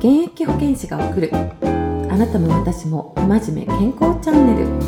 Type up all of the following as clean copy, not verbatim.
現役保健師が送るあなたも私も不真面目健康チャンネル。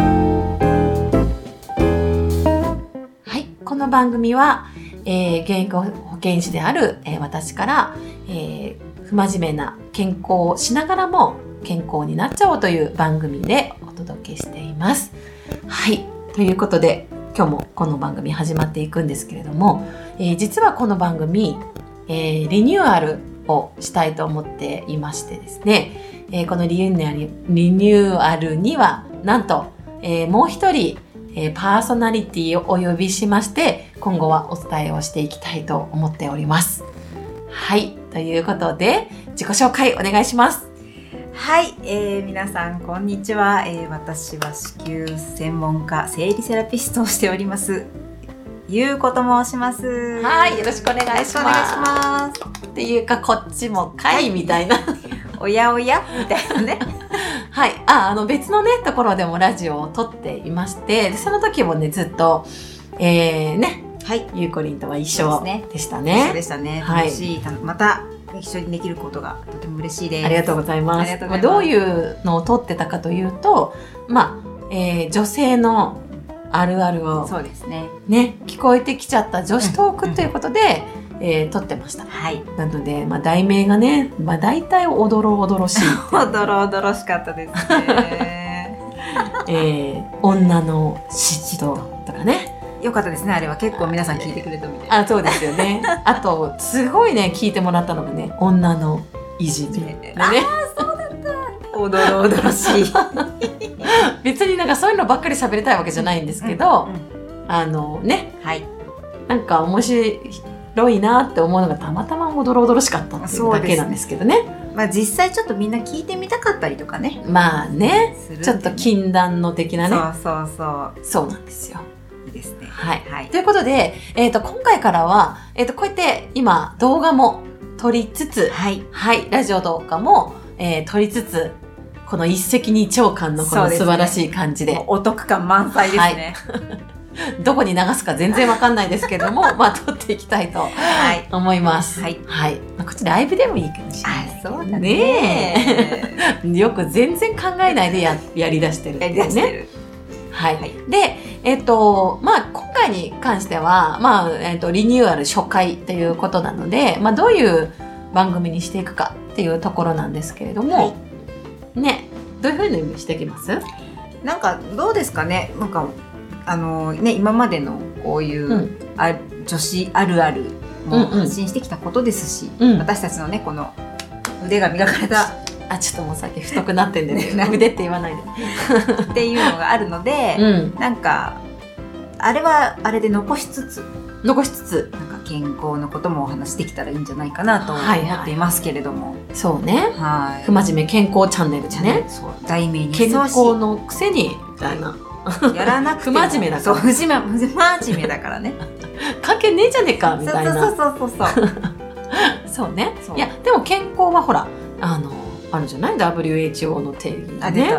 はい、この番組は、現役保健師である、私から、不真面目な健康をしながらも健康になっちゃおうという番組でお届けしています。はい、ということで今日もこの番組始まっていくんですけれども、実はこの番組、リニューアルをしたいと思っていましてですね、このリニューアルにはなんと、もう一人、パーソナリティをお呼びしまして今後はお伝えをしていきたいと思っております。はい、ということで自己紹介お願いします。 はい、皆さんこんにちは、私は子宮専門家生理セラピストをしておりますゆうこと申します。 はい、よろしくお願いします。っていうかこっちも会みたいな、 おやおやみたいなねはい、別のねところでもラジオを撮っていまして、でその時もねずっとはい、ゆうこりんとは一緒でしたね。 一緒でしたね。楽しい、また一緒にできることがとても嬉しいです。 ありがとうございます。どういうのを撮ってたかというと、女性のあるあるをそうですね、 聞こえてきちゃった女子トークということで、撮ってました。はい。なので、題名がね、大体おどろおどろしい。 おどろおどろしかったですね。 女の湿度とかね。 よかったですね。あれは結構皆さん聞いてくれたみたいな。 そうですよね。あとすごいね聞いてもらったのがね、女のいじめ、ね。 そうだった。おどろおどろしい。 別になんかそういうのばっかり喋りたいわけじゃないんですけど、はい。なんか面白いなって思うのがたまたまおどろおどろしかったっていうだけなんですけどね。 実際ちょっとみんな聞いてみたかったりとかね。 ちょっと禁断の的なね。そうなんですよ。 ですね。 はい。ということで、今回からは、こうやって今動画も撮りつつ、はい、ラジオ動画も、撮りつつ、この一石二鳥感のこの素晴らしい感じで。 お得感満載ですね。 どこに流すか全然わかんないですけども、撮っていきたいと思います。はい。こっちライブでもいいかもしれない。 そうだね。 よく全然考えないでやりだしてるっていうね。はい。で、今回に関しては、リニューアル初回ということなので、どういう番組にしていくかっていうところなんですけれども、どういうふうにしていきます？ なんかどうですかね。なんか今までのこういう、女子あるあるも発信してきたことですし、私たちのねこの腕が磨かれた。 ちょっともうさっき太くなってんでね腕って言わないでっていうのがあるので、なんかあれはあれで残しつつなんか健康のこともお話できたらいいんじゃないかなと思っていますけれども、 そうね、不真面目健康チャンネルでね、 題名に健康のくせにみたいなやらなくても不真面目だから不真面目だからね関係ねえじゃねえかみたいなそうね。いやでも健康はほらあるじゃない WHO の定義がね。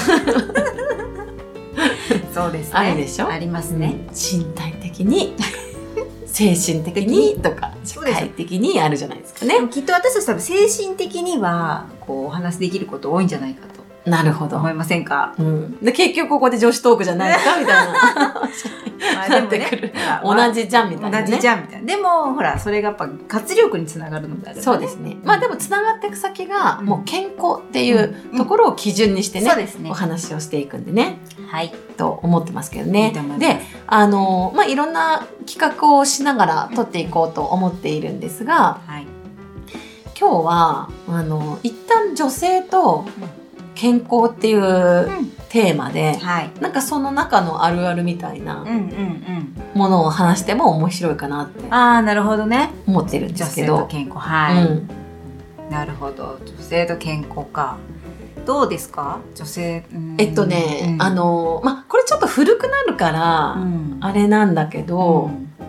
そうですね。 あるでしょ。 ありますね。 身体的に精神的にとか社会的にあるじゃないですかね。 きっと私たち多分精神的にはこうお話できること多いんじゃないかと。 なるほど。 思いませんか？ で結局ここで女子トークじゃないかみたいな。でもね、同じじゃんみたいなね。 同じじゃんみたいな。でもほらそれがやっぱ活力につながるのであれば、 そうですね。でもつながっていく先がもう健康っていうところを基準にしてね、お話をしていくんでね。と思ってますけどね。で、いろんな企画をしながら撮っていこうと思っているんですが、今日は一旦女性と健康っていうテーマで、なんかその中のあるあるみたいなものを話しても面白いかなってなるほどね思ってるんですけど、 女性と健康、なるほど。女性と健康か。どうですか女性？これちょっと古くなるからあれなんだけど、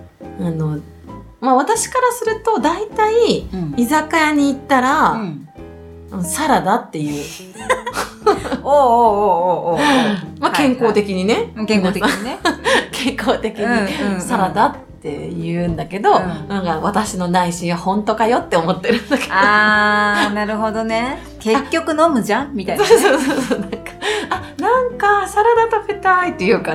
私からすると大体居酒屋に行ったら、サラダっていう健康的にね健康的にサラダってって言うんだけど、なんか私の内心は本当かよって思ってるんだけど。 あー、なるほどね。結局飲むじゃんみたいな、ね。 そうなんかサラダ食べたいって言うから。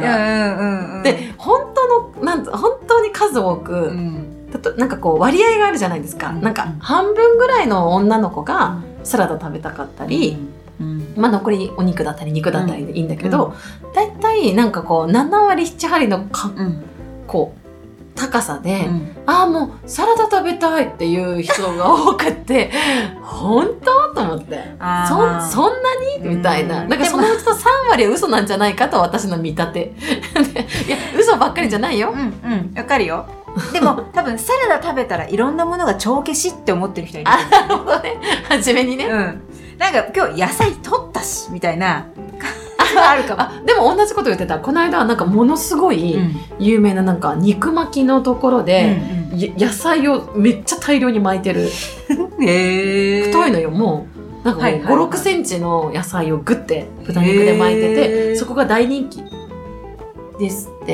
で、本当に数多く、なんかこう割合があるじゃないですか。なんか半分ぐらいの女の子がサラダ食べたかったり、まあ残りお肉だったり肉だったりでいいんだけど、だいたいなんかこう7割7割のこう高さで、ああもうサラダ食べたいっていう人が多くって本当と思ってそんなにみたいな、なんかそのうちの3割は嘘なんじゃないかと私の見立ていや嘘ばっかりじゃないよ。 わかるよ。でも多分サラダ食べたらいろんなものが帳消しって思ってる人いる。 なるほどね。初めにね、 なんか今日野菜取ったしみたいなあるかも。 でも同じこと言ってた。この間なんかものすごい有名ななんか肉巻きのところで、野菜をめっちゃ大量に巻いてる太いのよ。もうなんかもう5、6センチの野菜をグッて豚肉で巻いてて、そこが大人気ですって。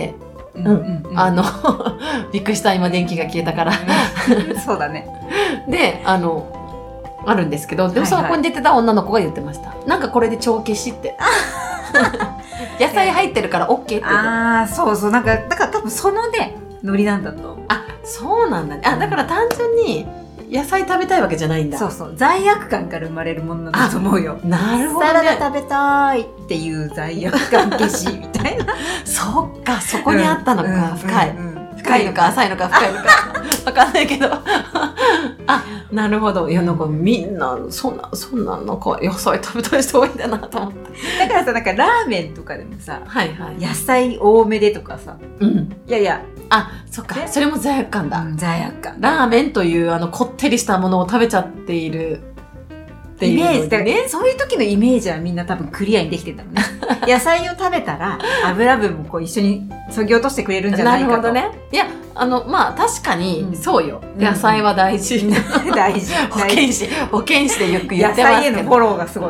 びっくりした。今電気が消えたからそうだね。 であるんですけど、でもそこに出てた女の子が言ってました。なんかこれで帳消しって野菜入ってるから OK って言って。 ああ、そうそう。だから多分そのねノリなんだと。 あ、そうなんだね。だから単純に野菜食べたいわけじゃないんだ。 そうそう、罪悪感から生まれるものなんだと思うよ。 なるほどね。 サラダ食べたいっていう罪悪感消しみたいなそっか、そこにあったのか。深いのか浅いのか深いのか分かんないけどなるほど。いや、なんかみんなそんななんか野菜食べたい人多いんだなと思って。 だからさ、なんかラーメンとかでもさ、野菜多めでとかさ、いやいや、 そっか、それも罪悪感だ。 罪悪感。 ラーメンというこってりしたものを食べちゃっているっていうイメージだね。 そういう時のイメージはみんな多分クリアにできてたのね。野菜を食べたら油分もこう一緒にそぎ落としてくれるんじゃないかと。 なるほどね。いや、まあ確かにそうよ。野菜は大事。 大事。 保健師でよく言ってますけど。 野菜へのフォローがすごい。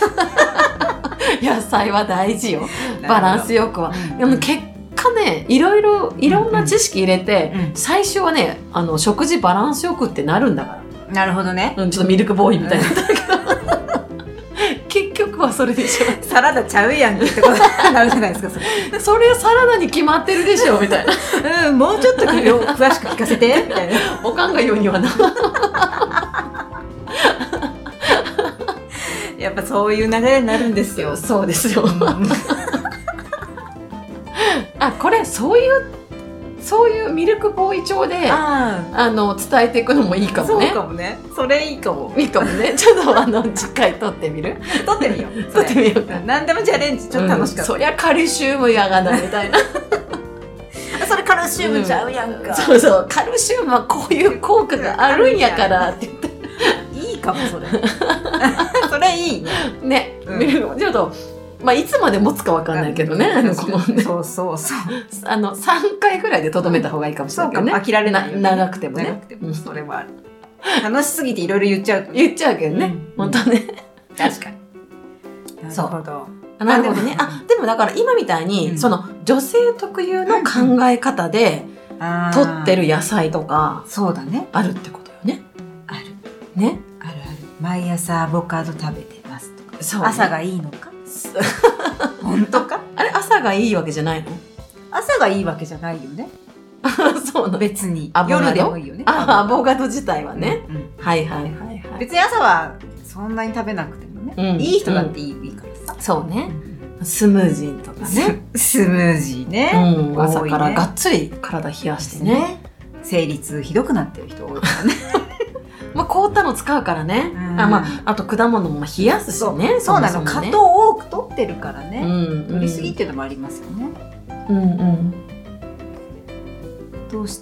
野菜は大事よ。バランスよくは。でも結果ね、いろんな知識入れて、最初はね、食事バランスよくってなるんだから。 なるほどね。 ちょっとミルクボーイみたいになったけど結局はそれでしょ。 サラダちゃうやんけってことになるじゃないですか。 それはサラダに決まってるでしょみたいな。もうちょっと詳しく聞かせてみたいな。 おかんが言うにはな。 やっぱそういう流れになるんですよ。 そうですよ。これそういうミルクボーイ調で伝えていくのもいいかもね。 そうかもね。それいいかも。 いいかもね。ちょっと次回撮ってみる？ 撮ってみよう。 撮ってみようか。 何でもチャレンジ。ちょっと楽しかった。 そりゃカルシウムやがなみたいな。 それカルシウムちゃうやんか。 そうそう。カルシウムはこういう効果があるんやからって言って。 いいかもそれ。それいいね。 ね。ちょっと。いつまで持つかわかんないけどね。 そうそう。 3回ぐらいでとどめた方がいいかもしれないけどね。 飽きられない。 長くてもね。 それはある。楽しすぎていろいろ言っちゃうけどね。本当ね。 確かに。 そう。 なるほどね。でもだから今みたいに、その女性特有の考え方で取ってる野菜とか、 そうだね。 あるってことよね。 ある。 ね。 ある。毎朝アボカド食べてますとか。 そう。 朝がいいのか。本当か？ あれ、朝がいいわけじゃないの？ 朝がいいわけじゃないよね。 そうな。 別に夜でもいいよね。 アボカド自体はね。はい。 別に朝はそんなに食べなくてもね。いい人だっていいからさ。 そうね。スムージーとかね。 スムージーね。 朝からがっつり体冷やしてね。 生理痛ひどくなってる人多いからね。 凍ったの使うからね。あと果物も冷やすしね。 そうなの。果糖多く取ってるからね。取りすぎっていうのもありますよね。どうして？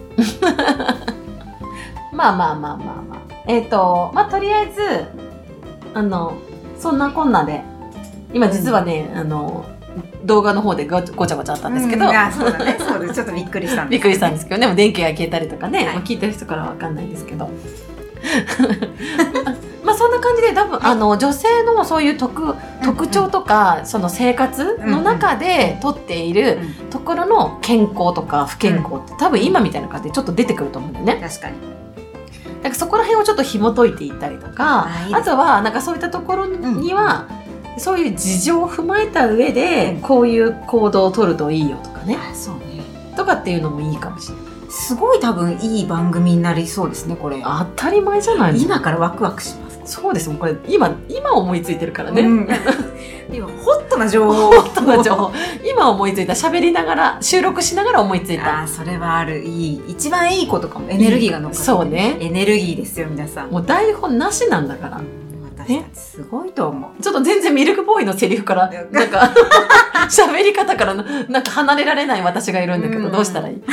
とりあえずそんなこんなで今実はね動画の方でごちゃごちゃあったんですけど、 そうだね。そうです。ちょっとびっくりしたんです。 びっくりしたんですけど、でも電気が消えたりとかね、聞いてる人からは分かんないですけど。そんな感じで多分女性のそういう特特徴とか、その生活の中で取っているところの健康とか不健康って多分今みたいな感じでちょっと出てくると思うんだよね。 確かに。 だからそこら辺をちょっと紐解いていったりとか、あとはなんかそういったところには、そういう事情を踏まえた上で、こういう行動を取るといいよとかね。 そうね。 とかっていうのもいいかもしれない。 すごい多分いい番組になりそうですね、これ。 当たり前じゃないの。 今からワクワクします。 そうですもん、これ今思いついてるからね。 今ホットな情報。 ホットな情報。今思いついた、喋りながら、収録しながら思いついた。 それはある。一番いいことかも。エネルギーが乗っかって。 そうね。 エネルギーですよ、皆さん。 もう台本なしなんだから。 私たちすごいと思う。 ちょっと全然ミルクボーイのセリフから、なんか、喋り方からなんか離れられない私がいるんだけど、どうしたらいい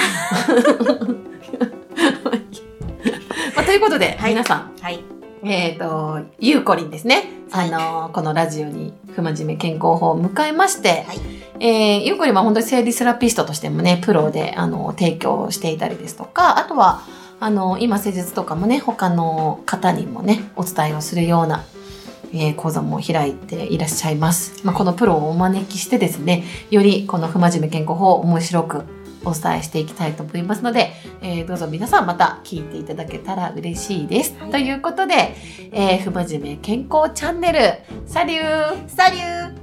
ということで、皆さん。ゆうこりんですね。このラジオに不真面目健康法を迎えまして、ゆうこりんは本当に生理セラピストとしてもね、プロで提供していたりですとか、あとは今施術とかもね、他の方にもね、お伝えをするような、講座も開いていらっしゃいます。このプロをお招きしてですね、よりこの不真面目健康法を面白くお伝えしていきたいと思いますので、どうぞ皆さんまた聞いていただけたら嬉しいです。ということで、不真面目健康チャンネル、サリュー